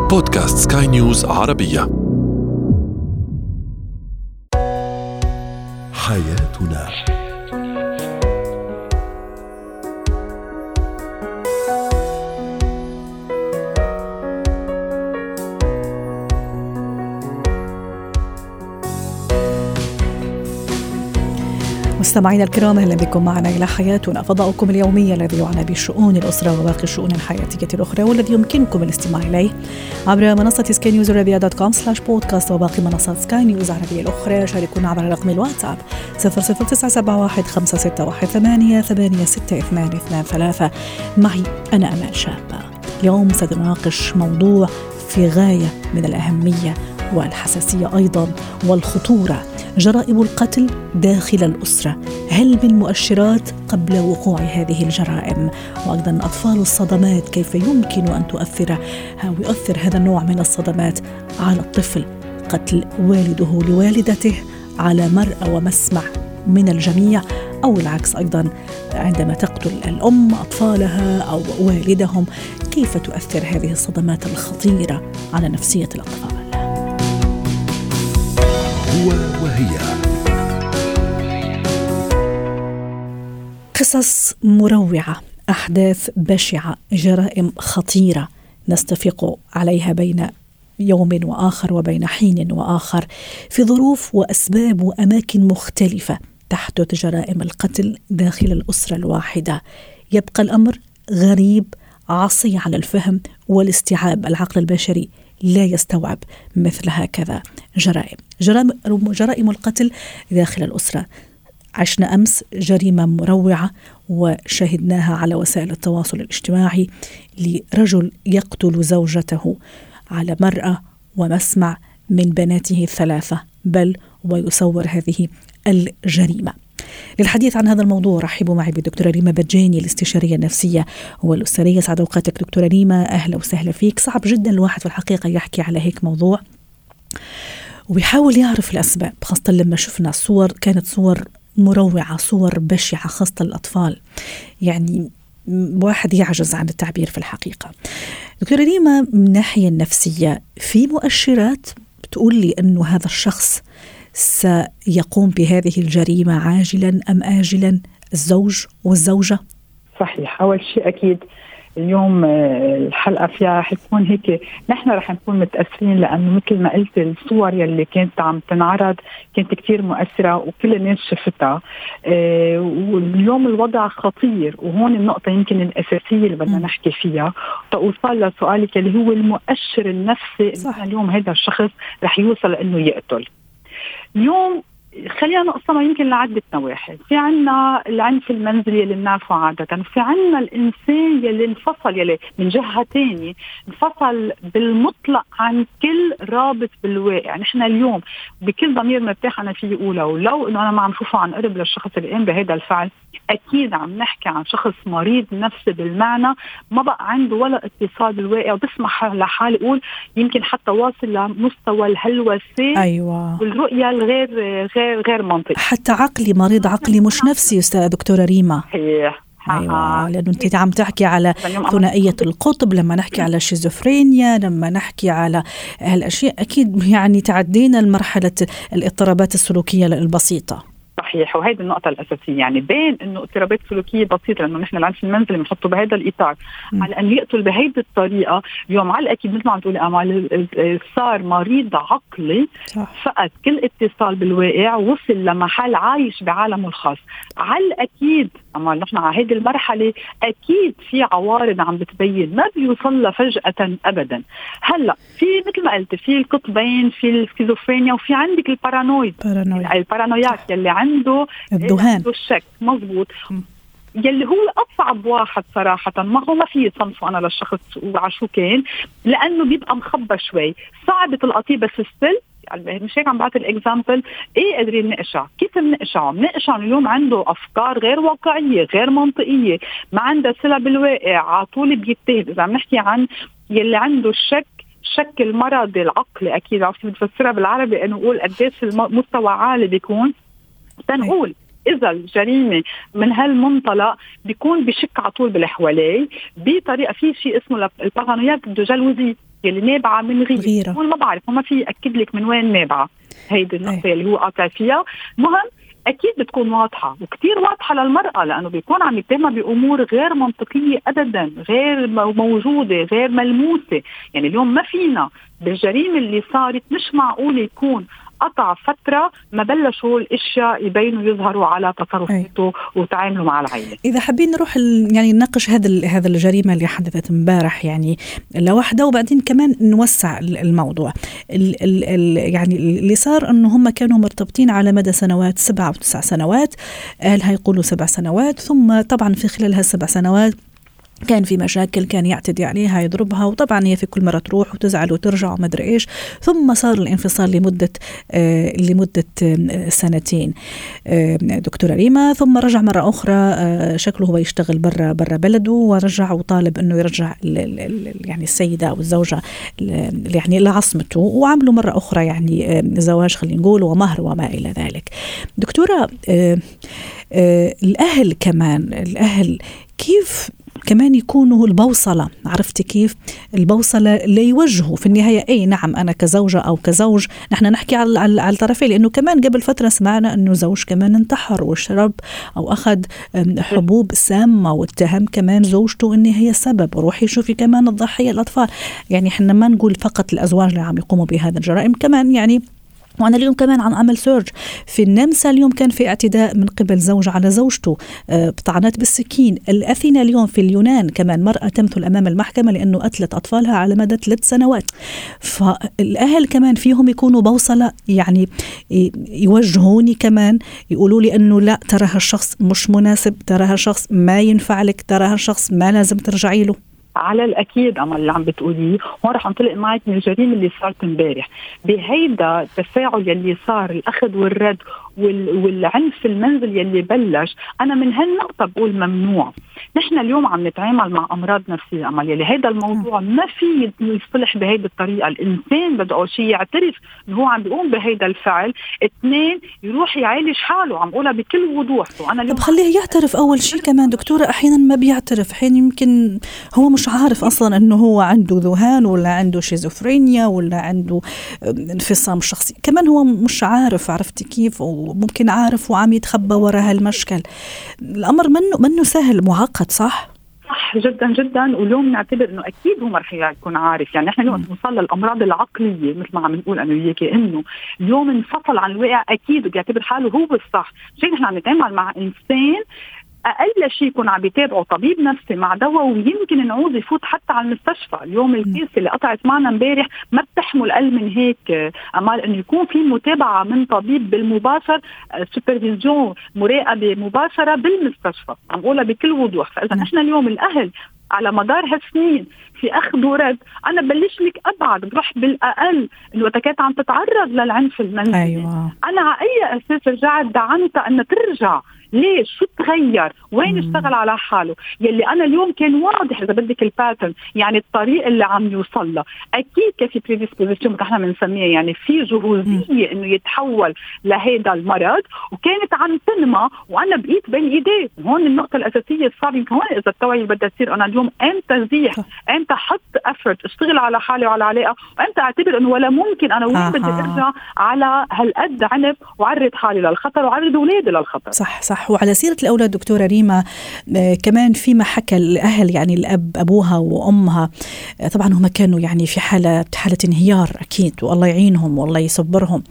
بودكاست سكاي نيوز عربية. حياتنا. مستمعينا الكرام، اهلا بكم معنا الى حياتنا، فضاؤكم اليومي الذي يعنى بشؤون الاسره وباقي الشؤون الحياتيه الاخرى، والذي يمكنكم الاستماع اليه عبر منصه skynewsarabia.com/podcast وباقي منصات سكاي نيوز عربيه الاخرى. شاركونا عبر رقم الواتساب 00971 561 886223. معي انا امال شابه. اليوم سنناقش موضوع في غايه من الاهميه والحساسيه ايضا والخطوره: جرائم القتل داخل الأسرة. هل من مؤشرات قبل وقوع هذه الجرائم؟ وأيضا أطفال الصدمات، كيف يمكن أن يؤثر هذا النوع من الصدمات على الطفل؟ قتل والده لوالدته على مرأى ومسمع من الجميع، أو العكس أيضا عندما تقتل الأم أطفالها أو والدهم، كيف تؤثر هذه الصدمات الخطيرة على نفسية الأطفال؟ هو وهي. قصص مروعة، أحداث بشعة، جرائم خطيرة نستفيق عليها بين يوم وآخر وبين حين وآخر في ظروف وأسباب وأماكن مختلفة. تحدث جرائم القتل داخل الأسرة الواحدة. يبقى الأمر غريب، عصي على الفهم والاستيعاب. العقل البشري لا يستوعب مثل هكذا جرائم القتل داخل الأسرة. عشنا أمس جريمة مروعة وشاهدناها على وسائل التواصل الاجتماعي لرجل يقتل زوجته على مرأى ومسمع من بناته الثلاثة، بل ويصور هذه الجريمة. للحديث عن هذا الموضوع رحبوا معي بالدكتورة ريما بجاني، الاستشارية النفسية والأسرية. سعد أوقاتك دكتورة ريما، أهلا وسهلا فيك. صعب جدا الواحد في الحقيقة يحكي على هيك موضوع ويحاول يعرف الأسباب، خاصة لما شفنا صور كانت صور مروعة، صور بشعة خاصة الأطفال، يعني واحد يعجز عن التعبير في الحقيقة. دكتورة ريما، من الناحية النفسية في مؤشرات بتقول لي أنه هذا الشخص سيقوم بهذه الجريمة عاجلا أم آجلا، الزوج والزوجة؟ صحيح. أول شيء أكيد اليوم الحلقة فيها حتكون هيك، نحن رح نكون متأثرين، لأنه مثل ما قلت الصور يلي كانت عم تنعرض كانت كتير مؤثرة وكل الناس شفتها. واليوم الوضع خطير، وهون النقطة يمكن الأساسية اللي بدنا نحكي فيها توصل لسؤالك اللي هو المؤشر النفسي. اليوم هذا الشخص رح يوصل إنه يقتل. اليوم خلينا نقسمها يمكن لعدة نواحي. في عنا العنف المنزلي اللي بنعرفه عادة، في عنا الإنسان يلي انفصل، يلي من جهة تانية انفصل بالمطلق عن كل رابط بالواقع. نحن اليوم بكل ضمير مرتاح أنا فيه أقوله، ولو إنه أنا ما عم شوفه عن قرب للشخص اللي قام بهذا الفعل، أكيد عم نحكي عن شخص مريض نفسي بالمعنى، ما بقى عنده ولا اتصال بالواقع، وبسمح لحالي أقول يمكن حتى واصل لمستوى الهلوسة. أيوة. والرؤية غير منطقي، حتى عقلي، مريض عقلي مش نفسي أستاذ دكتورة ريما. أيوة. لأنه أنت عم تحكي على ثنائية القطب، لما نحكي على الشيزوفرينيا، لما نحكي على هالأشياء أكيد يعني تعدينا المرحلة الاضطرابات السلوكية البسيطة. صحيح، وهذه النقطة الأساسية. يعني بين إنه اضطرابات سلوكية بسيطة، لأنه نحن العنف المنزلي بنحطه بهذا الإطار، على أن يقتل بهذه الطريقة. اليوم على الأكيد مثل ما عم تقولي أمال، صار مريض عقلي، فقد كل اتصال بالواقع، وصل لمحل عايش بعالمه الخاص. على الأكيد أمال نحن على هذه المرحلة أكيد في عوارض عم بتبين، ما بيوصل فجأة أبدا. هلأ في مثل ما قلت في القطبين، في السكيزوفرينيا، وفي عندك البارانويات يلي عنده الذهان، عنده الشك. مزبوط. يلي هو أصعب واحد صراحة، ما في صنفه أنا للشخص وعشو كان، لأنه بيبقى مخبى شوي، صعب تلقطيه، بس السل يعني مش هيك عم بعطي الإكزامبل. إيه قادرين نقشع؟ كيف بنقشع اليوم عنده أفكار غير واقعية، غير منطقية، ما عنده صلة بالواقع، عطول بيتهد. إذا عم نحكي عن يلي عنده الشك المرض العقلي، أكيد عرفتي بتفسرها بالعربي إنه نقول قديش المستوى عالي بيكون، تنقول إذا الجريمة من هالمنطلق بيكون بشك عطول بالحوالي بطريقة. في شيء اسمه البارانويات الجلوزي، يلي نابعة من غيرة. ما بعرف وما في أكد لك من وين نابعة هيدي النقطة اللي هو قاطع فيها. مهم أكيد بتكون واضحة وكتير واضحة للمرأة، لأنه بيكون عم يتهمها بأمور غير منطقية أبدا، غير موجودة، غير ملموسة. يعني اليوم ما فينا بالجريمة اللي صارت مش معقول يكون قطع فترة ما بلشوا الاشياء يبينوا يظهروا على تصرفاته وتعاملوا مع العائلة. إذا حابين نروح يعني نناقش هذا الجريمة اللي حدثت امبارح يعني لوحده، وبعدين كمان نوسع الموضوع. يعني اللي صار أنه هم كانوا مرتبطين على مدى سنوات 7 أو 9 سنوات، أهلها يقولوا 7 سنوات، ثم طبعا في خلال هال7 سنوات كان في مشاكل، كان يعتدي عليها، يضربها، وطبعا هي في كل مرة تروح وتزعل وترجع وما أدري إيش. ثم صار الانفصال لمدة 2 دكتورة ريما. ثم رجع مرة أخرى، شكله هو يشتغل برا بلده، ورجع وطالب إنه يرجع يعني السيدة أو الزوجة يعني لعصمته، وعملوا مرة أخرى يعني زواج خلينا نقول ومهر وما إلى ذلك. دكتورة، الأهل كيف كمان يكونوا البوصلة، عرفتي كيف البوصلة اللي يوجهوا في النهاية؟ أي نعم أنا كزوجة أو كزوج نحن نحكي على الطرفين، لأنه كمان قبل فترة سمعنا أنه زوج كمان انتحر وشرب أو أخذ حبوب سامة، واتهم كمان زوجته أن هي السبب. وروحي شوفي كمان الضحية الأطفال. يعني احنا ما نقول فقط الأزواج اللي عم يقوموا بهذا الجرائم، كمان يعني. وأنا اليوم كمان عم أعمل سيرج في النمسا، اليوم كان في اعتداء من قبل زوج على زوجته، طعنات بالسكين. الأثينا اليوم في اليونان كمان مرأة تمثل أمام المحكمة لأنه قتلت أطفالها على مدى 3 سنوات. فالأهل كمان فيهم يكونوا بوصلة، يعني يوجهوني كمان، يقولوا لي أنه لا ترى هالشخص مش مناسب، ترى هالشخص ما ينفع لك، ترى هالشخص ما لازم ترجعي له. على الأكيد أما اللي عم بتقوليه هون رح أنطلق معك من الجريمة اللي صارت امبارح. بهيدا التفاعل يلي صار، الأخذ والرد والعنف المنزل يلي بلش، أنا من هالنقطة بقول ممنوع. نحن اليوم عم نتعامل مع أمراض نفسية أمل، يلي هيدا الموضوع ما في يصلح بهيدا الطريقة. الإنسان بده أول شيء يعترف إنه هو عم بيقوم بهيدا الفعل، 2 يروح يعالج حاله. عم قولها بكل وضوح. طب خليه يعترف أول شيء. كمان دكتورة أحيانا ما بيعترف، حين يمكن هو مش عارف أصلا أنه هو عنده ذهان ولا عنده شيزوفرينيا ولا عنده انفصام شخصي، كمان هو مش عارف، عرفتي كيف؟ وممكن عارف وعم يتخبى وراء هالمشكل. الأمر منه سهل، معقد. صح جدا جدا. واليوم نعتبر انه اكيد هو ما رح يكون عارف. يعني احنا اليوم نوصل للامراض العقليه مثل ما عم نقول انا وياكي، انه اليوم انفصل عن الواقع اكيد وبيعتبر حاله هو بالصح. شيء نحن عم نتعامل مع انسان أقل شيء يكون عم يتابعه طبيب نفسي مع دواء، ويمكن نعوز يفوت حتى على المستشفى. اليوم الكيس اللي قطعت معنا امبارح ما بتحمل أقل من هيك أمال، إنه يكون في متابعة من طبيب بالمباشر، سوبرفيزيون، مراقبة مباشرة بالمستشفى. عم قولها بكل وضوح. فإذا نحن اليوم الأهل على مدار هالسنين في أخذ ورد، أنا بلش لك أبعد، بروح بالأقل إنه وقت كانت عم تتعرض للعنف المنزلي. أيوة. أنا على أي أساس رجعت دعمتها أن ترجع؟ ليش؟ شو تغير؟ وين اشتغل على حاله؟ يلي أنا اليوم كان واضح إذا بدك الباترن، يعني الطريق اللي عم يوصل له. أكيد كان في بريديسبوزيشن نحن بنسميها، يعني في جهوزية إنه يتحول لهذا المرض، وكانت عم تنمى وأنا بقيت بين إيديه. هون النقطة الأساسية الصعبة. هون إذا التوعية بدها تصير، أنا اليوم أمتى زيح، أمتى حط أفرت اشتغل على حالي وعلى علاقة، وأمتى أعتبر إنه ولا ممكن أنا وين بدي أرجع على هالقد عنف وعرض حالي للخطر وعرض أولادي للخطر. صح. وعلى سيرة الأولاد دكتورة ريما، كمان فيما حكى الأهل، يعني الأب أبوها وأمها، طبعا هم كانوا يعني في حالة انهيار أكيد، والله يعينهم والله يصبرهم.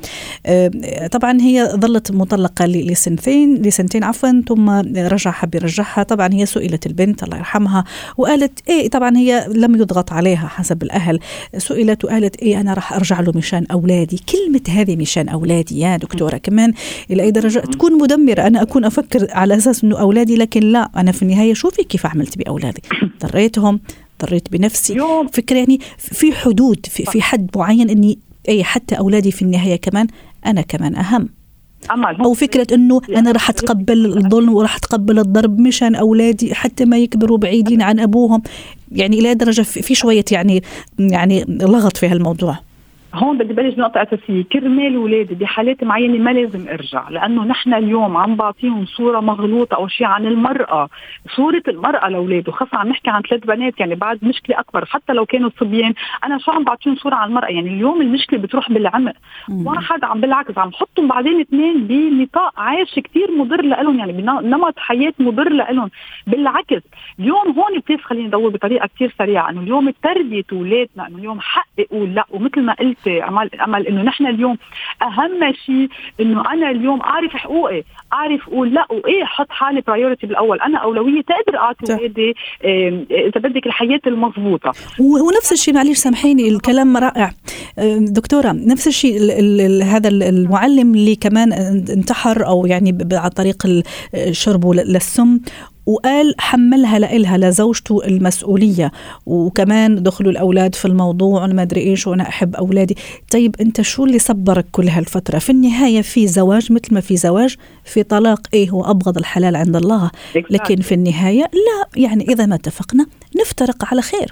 طبعا هي ظلت مطلقة لسنتين عفوا، ثم حب يرجعها. طبعا هي سئلت البنت الله يرحمها وقالت إيه، طبعا هي لم يضغط عليها حسب الأهل، سئلت وقالت إيه أنا راح أرجع له مشان أولادي. كلمة هذه مشان أولادي يا دكتورة كمان إلى أي درجة تكون مدمرة. أنا أكون أفكر على أساس أنه أولادي، لكن لا، أنا في النهاية شوفي كيف عملت بأولادي، ضريتهم، ضريت بنفسي. فكرة يعني في حدود، في حد معين، أني أي حتى أولادي في النهاية كمان أنا كمان أهم. أو فكرة أنه أنا رح أتقبل الظلم ورح أتقبل الضرب مشان أولادي حتى ما يكبروا بعيدين عن أبوهم. يعني إلى درجة في شوية يعني لغط في هالموضوع. هون بدي بلش نقطة أساسية. كرمال ولادي بحالات معينة ما لازم أرجع، لأنه نحن اليوم عم بعطيهم صورة مغلوطة أو شيء عن المرأة، صورة المرأة لأولاده، خاصة عم نحكي عن 3 بنات يعني بعد مشكلة أكبر. حتى لو كانوا صبيان أنا شو عم بعطيهم صورة عن المرأة؟ يعني اليوم المشكلة بتروح بالعمق. واحد عم بالعكس عم حطهم بعدين 2 بنطاق عايش كتير مضر لهم، يعني بنمط حياة مضر لهم. بالعكس اليوم هون بليز خليني ندور بطريقة كتير سريعة إنه اليوم تربية أولادنا، إنه اليوم حق أقول لا. ومثل ما قلت أمل إنه نحن اليوم أهم شيء إنه أنا اليوم أعرف حقوقي، أعرف أقول لا وإيه، حط حالي برايورتي بالأول، أنا أولوية تقدر أعطي ولادي إذا بدك الحياة المضبوطة. ونفس الشيء معليش سامحيني الكلام رائع دكتورة، نفس الشيء هذا المعلم اللي كمان انتحر أو يعني عن طريق شربه للسم، وقال حملها لإلها لزوجته المسؤولية، وكمان دخلوا الأولاد في الموضوع وما أدري إيش وأنا أحب أولادي. طيب أنت شو اللي صبرك كل هالفترة؟ في النهاية في زواج مثل ما في زواج في طلاق، إيه هو أبغض الحلال عند الله، لكن في النهاية لا، يعني إذا ما اتفقنا نفترق على خير.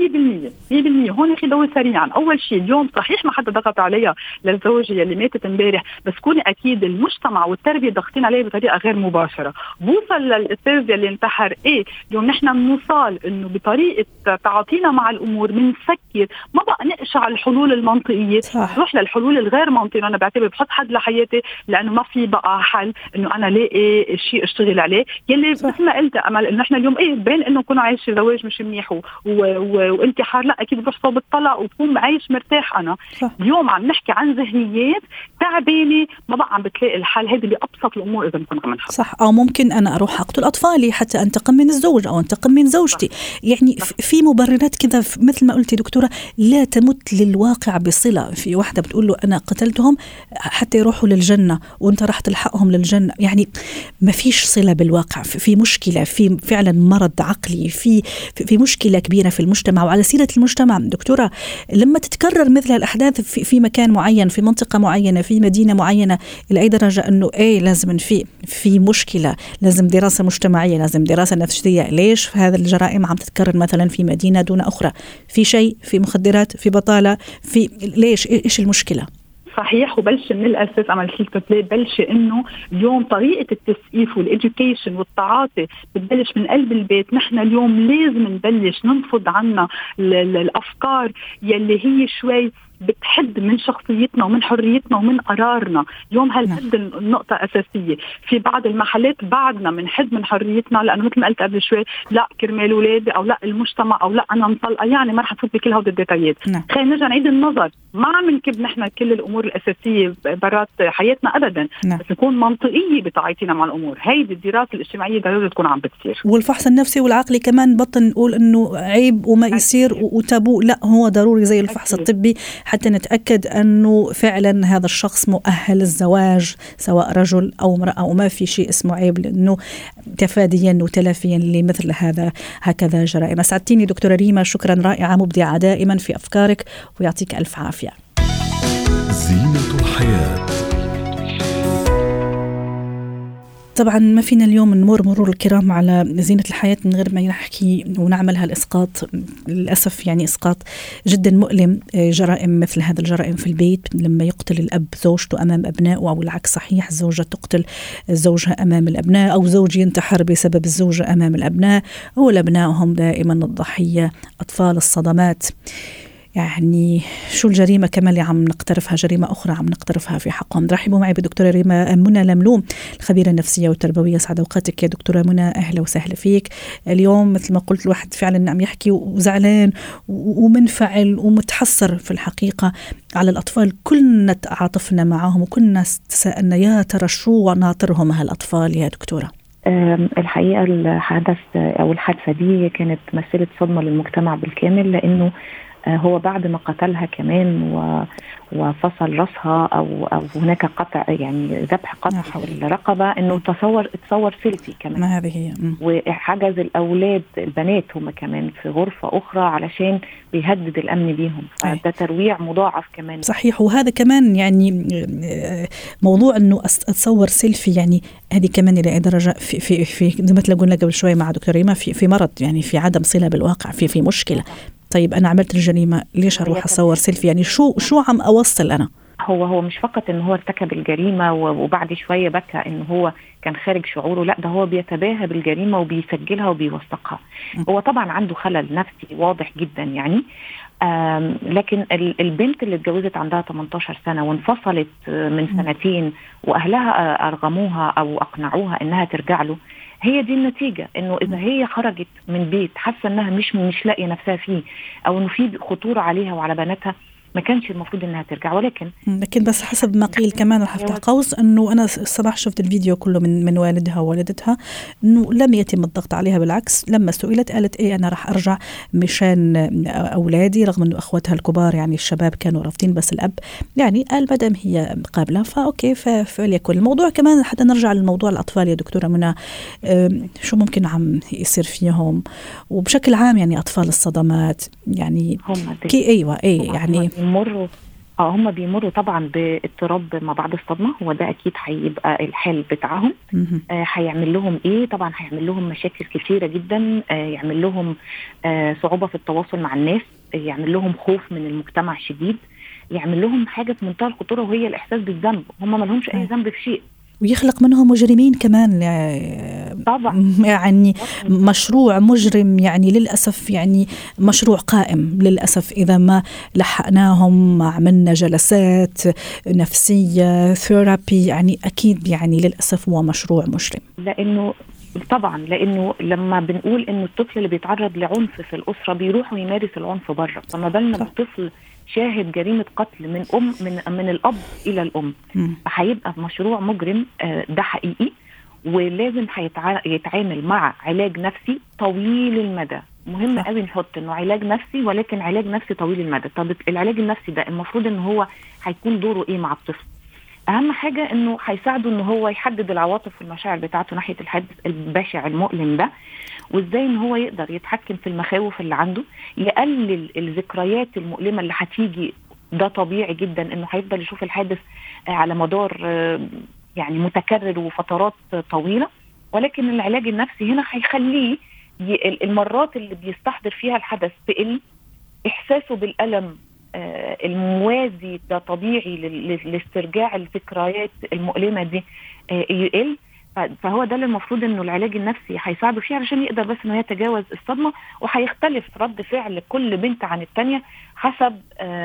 100%. هون أخي دور سريعا. أول شيء اليوم صحيح ما حدا ضغط عليها للزوجة اللي ماتت امبارح، بس كوني أكيد المجتمع والتربية ضغطين عليه بطريقة غير مباشرة. بوصل للأستاذ اللي انتحر، إيه اليوم نحن بنوصل إنه بطريقة تعاطينا مع الأمور بنسكر، ما بقى نقشع الحلول المنطقية، نروح للحلول الغير منطقية. أنا بعتبر بحط حد لحياتي لأنه ما في بقى حل إنه أنا لاقي شيء أشتغل عليه. يلي مثل ما قلت أمل إنه نحن اليوم إيه بين إنه كنا عايش زواج مش منيح وانتحار، لا اكيد بروح صوب الطلاق وبكون عايش مرتاح. انا اليوم عم نحكي عن ذهنيات تعبانه ما بقى عم بتلاقي الحل. هذه بابسط الامور اذا بنكون عم نحكي صح. او ممكن انا اروح اقتل اطفالي حتى انتقم من الزوج او انتقم من زوجتي. يعني في مبررات كذا مثل ما قلتي دكتوره لا تمت للواقع بصله. في واحده بتقول له انا قتلتهم حتى يروحوا للجنه وانت راح تلحقهم للجنه، يعني ما فيش صله بالواقع. في مشكله، في فعلا مرض عقلي، في مشكله كبيره في المجتمع. وعلى سيرة المجتمع دكتورة، لما تتكرر مثل الأحداث في مكان معين، في منطقة معينة، في مدينة معينة، إلى أي درجة أنه لازم في مشكلة، لازم دراسة مجتمعية، لازم دراسة نفسية. ليش هذا الجرائم عم تتكرر مثلا في مدينة دون أخرى؟ في شيء، في مخدرات، في بطالة، ليش؟ إيش المشكلة؟ صحيح. وبلش من الأساس عمل كلمة بلش إنه اليوم طريقة التسقيف والإدوكيشن والتعاطي بتبلش من قلب البيت. نحن اليوم لازم نبلش ننفض عنا الأفكار يلي هي شوي بتحد من شخصيتنا ومن حريتنا ومن قرارنا. اليوم هالحد النقطة أساسية. في بعض المحلات بعدنا منحد من حريتنا لأنه مثل ما قلت قبل شوي، لا كرمال ولادي أو لا المجتمع أو لا أنا مطلقة، يعني ما رح نفوت بكل هود الديتايات. خلينا نرجع نعيد النظر. ما عم نكب نحن كل الأمور الأساسية برات حياتنا أبدا، بس نكون منطقية بتعاطينا مع الأمور. هيدي الدراسة الاجتماعية ضروري تكون عم بتصير. والفحص النفسي والعقلي كمان بطل نقول إنه عيب وما يصير وتابو، لا هو ضروري زي الفحص الطبي حتى نتأكد أنه فعلا هذا الشخص مؤهل للزواج سواء رجل أو امرأة، وما في شيء اسمه عيب، لأنه تفاديا وتلافيا لمثل هكذا جرائم. أسعدتيني دكتورة ريما، شكرا، رائعة مبدعة دائما في أفكارك، ويعطيك ألف عافية. زينة الحياة. طبعا ما فينا اليوم نمر مرور الكرام على زينة الحياة من غير ما نحكي ونعمل هالإسقاط. للأسف يعني إسقاط جدا مؤلم. جرائم مثل هذا الجرائم في البيت، لما يقتل الأب زوجته أمام أبنائه، أو العكس صحيح، الزوجة تقتل زوجها أمام الأبناء، أو زوج ينتحر بسبب الزوجة أمام الأبناء، والأبناء هم دائما الضحية، أطفال الصدمات. يعني شو الجريمة كمان اللي عم نقترفها، جريمة أخرى عم نقترفها في حقهم. رحبوا معي بدكتورة ريما منى لملوم، الخبيرة النفسية والتربوية. سعد أوقاتك يا دكتورة منى، أهلا وسهلا فيك. اليوم مثل ما قلت الواحد فعلا عم يحكي وزعلان ومنفعل ومتحسر في الحقيقة على الأطفال. كلنا تعاطفنا معهم وكلنا تساءلنا يا ترى شو ناطرهم هالأطفال يا دكتورة؟ الحقيقة الحدث أو الحادثة دي كانت مثلت صدمة للمجتمع بالكامل، لأنه هو بعد ما قتلها كمان وفصل رأسها أو هناك قطع، يعني ذبح قطع الرقبة، إنه تصور سيلفي كمان. ما هذه هي. وحجز الأولاد البنات هم كمان في غرفة أخرى علشان بيهدد الأمن بيهم. ده ترويع مضاعف كمان. صحيح. وهذا كمان يعني موضوع إنه أتصور سيلفي، يعني هذه كمان إلى درجة في مثل قلنا قبل شوي مع دكتور ريما، في مرض، يعني في عدم صلة بالواقع، في مشكلة. طيب أنا عملت الجريمة، ليش أروح أصور سيلفي؟ يعني شو عم أوصل أنا؟ هو مش فقط ان هو ارتكب الجريمة وبعد شوية بكى ان هو كان خارج شعوره، لا ده هو بيتباهى بالجريمة وبيسجلها وبيوثقها. هو طبعا عنده خلل نفسي واضح جدا يعني. لكن البنت اللي اتجوزت عندها 18 سنة وانفصلت من سنتين وأهلها أرغموها أو أقنعوها إنها ترجع له، هي دي النتيجة. إنه إذا هي خرجت من بيت حاسة إنها مش لاقية نفسها فيه، أو إنه في خطورة عليها وعلى بناتها، ما كانش المفروض انها ترجع. ولكن بس حسب ما قيل كمان رح افتح قوس انه انا الصباح شفت الفيديو كله من والدها ووالدتها، انه لم يتم الضغط عليها، بالعكس لما سئلت قالت ايه انا رح ارجع مشان اولادي، رغم انه اخوتها الكبار يعني الشباب كانوا رافضين، بس الاب يعني قال مدام هي قابله فاوكي فليكن. الموضوع كمان حتى نرجع للموضوع الاطفال يا دكتوره منى، شو ممكن عم يصير فيهم وبشكل عام يعني اطفال الصدمات يعني ايوه يعني هم بيمروا طبعا باضطراب ما بعد الصدمة. هو ده أكيد هيبقى الحال بتاعهم. هيعمل لهم إيه؟ طبعا هيعمل لهم مشاكل كثيرة جدا، يعمل لهم صعوبة في التواصل مع الناس، يعمل لهم خوف من المجتمع شديد، يعمل لهم حاجة في منتهى الخطورة وهي الإحساس بالذنب. هم ما لهمش أي ذنب في شيء، ويخلق منهم مجرمين كمان طبعا. يعني مشروع مجرم يعني للأسف، يعني مشروع قائم للأسف إذا ما لحقناهم، عملنا جلسات نفسية ثيرابي، يعني أكيد يعني للأسف هو مشروع مجرم. لأنه لما بنقول إنه الطفل اللي بيتعرض لعنف في الأسرة بيروح ويمارس العنف بره، فما بالنا بالطفل شاهد جريمة قتل من الأب إلى الأم، فهيبقى مشروع مجرم. ده حقيقي، ولازم يتعامل مع علاج نفسي طويل المدى. مهم قوي نحط إنه علاج نفسي، ولكن علاج نفسي طويل المدى. طب العلاج النفسي ده المفروض إنه هو هيكون دوره إيه مع الطفل؟ أهم حاجة إنه هيساعده إنه هو يحدد العواطف والمشاعر بتاعته ناحية الحادث البشع المؤلم ده، وإزاي إن هو يقدر يتحكم في المخاوف اللي عنده، يقلل الذكريات المؤلمة اللي هتيجي. ده طبيعي جدا إنه هيفضل يشوف الحادث على مدار يعني متكرر وفترات طويلة، ولكن العلاج النفسي هنا هيخليه المرات اللي بيستحضر فيها الحدث تقل، إحساسه بالألم الموازي ده طبيعي لاسترجاع الذكريات المؤلمة دي يقل. فهو ده اللي المفروض انه العلاج النفسي هيساعده فيه علشان يقدر بس انه يتجاوز الصدمة. وهيختلف رد فعل كل بنت عن التانية حسب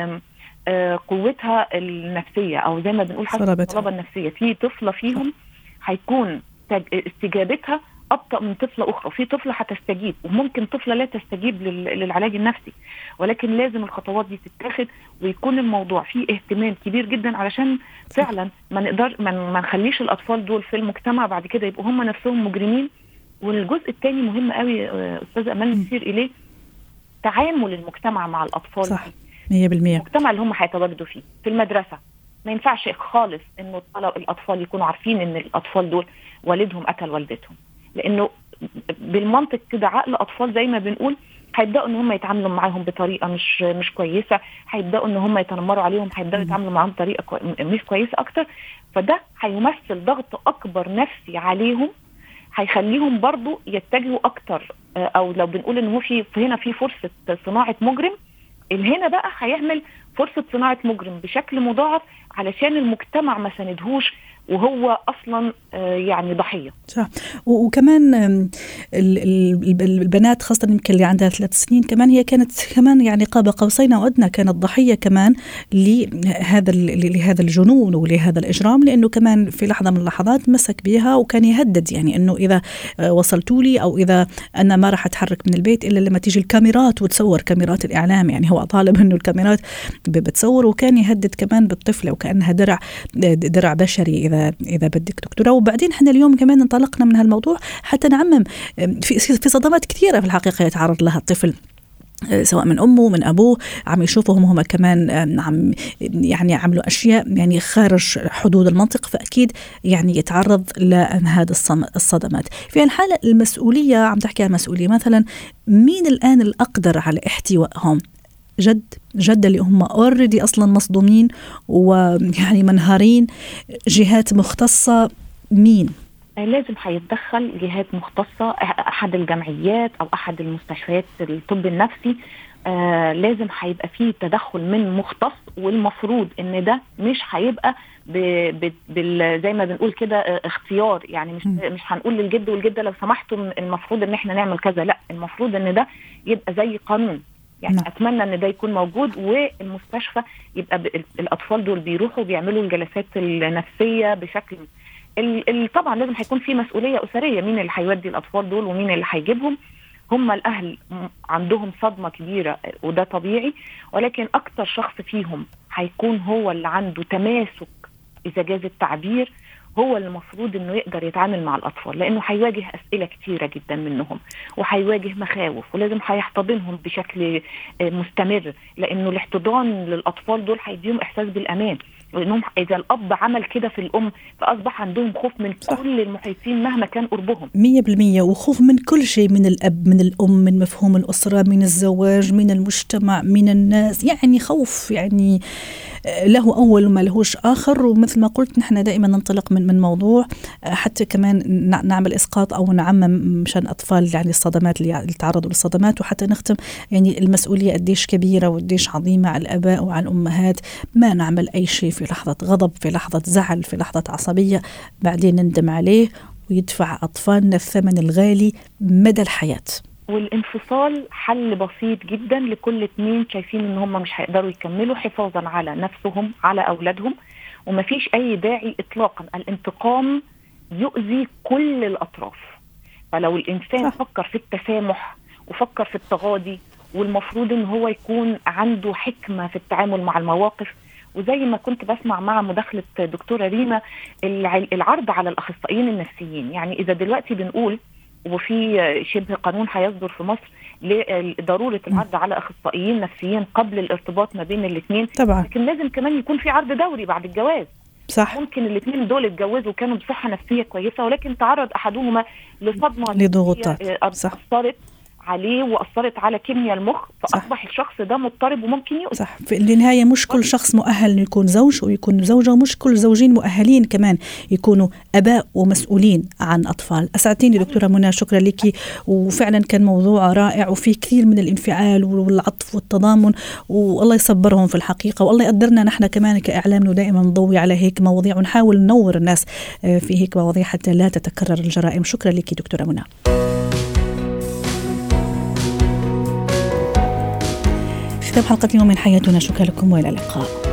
قوتها النفسية، او زي ما بنقول حسب الصلابة النفسية. في طفلة فيهم هيكون استجابتها أبطأ من طفلة أخرى، في طفلة هتستجيب وممكن طفلة لا تستجيب للعلاج النفسي، ولكن لازم الخطوات دي تتاخد ويكون الموضوع فيه اهتمام كبير جدا علشان فعلا ما نخليش الأطفال دول في المجتمع بعد كده يبقوا هم نفسهم مجرمين. والجزء الثاني مهم قوي أستاذة أمال نسير إليه، تعامل المجتمع مع الأطفال. صح 100%. المجتمع اللي هم هيتواجدوا فيه في المدرسة ما ينفعش خالص إنه الأطفال يكونوا عارفين إن الأطفال دول والدهم قتل والدتهم، لأنه بالمنطق كده عقل أطفال زي ما بنقول هيبدأوا إن هم يتعاملوا معاهم بطريقة مش كويسة، هيبدأوا إن هم يتنمروا عليهم، هيبدأوا يتعاملوا معاهم بطريقة مش كويسة أكتر. فده هيمثل ضغط أكبر نفسي عليهم، هيخليهم برضو يتجهوا أكتر، أو لو بنقول إن هو هنا في فرصة صناعة مجرم، هنا بقى هيعمل فرصة صناعة مجرم بشكل مضاعف علشان المجتمع ما سندهوش وهو أصلا يعني ضحية. صح. وكمان البنات خاصة يمكن اللي عندها 3 سنين كمان هي كانت كمان يعني قاب قوسين أو أدنى كانت ضحية كمان لهذا الجنون ولهذا الإجرام، لأنه كمان في لحظة من اللحظات مسك بها وكان يهدد يعني أنه إذا وصلتوا لي أو إذا أنا ما راح أتحرك من البيت إلا لما تيجي الكاميرات وتصور كاميرات الإعلام. يعني هو طالب أنه الكاميرات بتصور، وكان يهدد كمان بالطفلة وكأنها درع بشري إذا بدك دكتورة. وبعدين احنا اليوم كمان انطلقنا من هالموضوع حتى نعمم في صدمات كثيرة في الحقيقة يتعرض لها الطفل، سواء من أمه من أبوه، عم يشوفهم هم كمان عم يعني عملوا أشياء يعني خارج حدود المنطق، فأكيد يعني يتعرض لهذه الصدمات. في الحالة المسؤولية عم تحكي عن مسؤولية، مثلا مين الآن الأقدر على احتوائهم؟ جد اللي هم already أصلا مصدومين ويعني منهارين، جهات مختصة، مين؟ لازم هيتدخل جهات مختصة، أحد الجمعيات أو أحد المستشفيات الطب النفسي، لازم هيبقى فيه تدخل من مختص، والمفروض ان ده مش هيبقى زي ما بنقول كده اختيار. يعني مش هنقول للجد والجده لو سمحتوا المفروض ان احنا نعمل كذا، لا، المفروض ان ده يبقى زي قانون. يعني اتمنى ان ده يكون موجود، والمستشفى يبقى الاطفال دول بيروحوا بيعملوا الجلسات النفسيه بشكل طبعا لازم هيكون في مسؤوليه اسريه، مين اللي هيودي الاطفال دول ومين اللي هيجيبهم. هم الاهل عندهم صدمه كبيره وده طبيعي، ولكن اكتر شخص فيهم هيكون هو اللي عنده تماسك اذا جاز التعبير، هو اللي المفروض انه يقدر يتعامل مع الاطفال، لانه هيواجه اسئله كتيره جدا منهم، وهيواجه مخاوف، ولازم هيحتضنهم بشكل مستمر، لانه الاحتضان للاطفال دول هيديهم احساس بالامان. لانهم اذا الاب عمل كده في الام فاصبح عندهم خوف من كل المحيطين مهما كان قربهم 100%، وخوف من كل شيء، من الاب، من الام، من مفهوم الاسره، من الزواج، من المجتمع، من الناس. يعني خوف يعني له اول وما لهوش اخر. ومثل ما قلت نحن دائما ننطلق من موضوع حتى كمان نعمل اسقاط او نعمم مشان اطفال يعني الصدمات اللي تعرضوا للصدمات، وحتى نختم يعني المسؤوليه قديش كبيره وقديش عظيمه على الاباء وعلى الامهات. ما نعمل اي شيء في لحظه غضب، في لحظه زعل، في لحظه عصبيه، بعدين نندم عليه ويدفع اطفالنا الثمن الغالي مدى الحياه. والانفصال حل بسيط جدا لكل اتنين شايفين ان هم مش هيقدروا يكملوا، حفاظا على نفسهم على اولادهم. ومفيش اي داعي اطلاقا، الانتقام يؤذي كل الاطراف. فلو الانسان فكر في التسامح وفكر في التغاضي، والمفروض ان هو يكون عنده حكمة في التعامل مع المواقف. وزي ما كنت بسمع مع مداخلة دكتورة ريما، العرض على الاخصائيين النفسيين. يعني اذا دلوقتي بنقول وفي شبه قانون هيصدر في مصر لضرورة العرض على أخصائيين نفسيين قبل الارتباط ما بين الاثنين طبعا، لكن لازم كمان يكون في عرض دوري بعد الجواز. صح. ممكن الاثنين دول اتجوزوا كانوا بصحة نفسية كويسة، ولكن تعرض أحدهما لصدمة لضغوطات أثرت عليه وأثرت على كيمياء المخ، فأصبح الشخص ده مضطرب وممكن يؤذي. صح. في النهاية مش كل شخص مؤهل إنه يكون زوج ويكون زوجة، ومش كل زوجين مؤهلين كمان يكونوا أباء ومسؤولين عن أطفال. أسعدتيني دكتورة منى، شكرا لك. وفعلا كان موضوع رائع وفيه كثير من الانفعال والعطف والتضامن، والله يصبرهم في الحقيقة، والله يقدرنا نحن كمان كإعلام دائما نضوي على هيك مواضيع ونحاول ننور الناس في هيك مواضيع حتى لا تتكرر الجرائم. شكرا لك دكتورة منى. ختام حلقة اليوم من حياتنا، شكرا لكم وإلى اللقاء.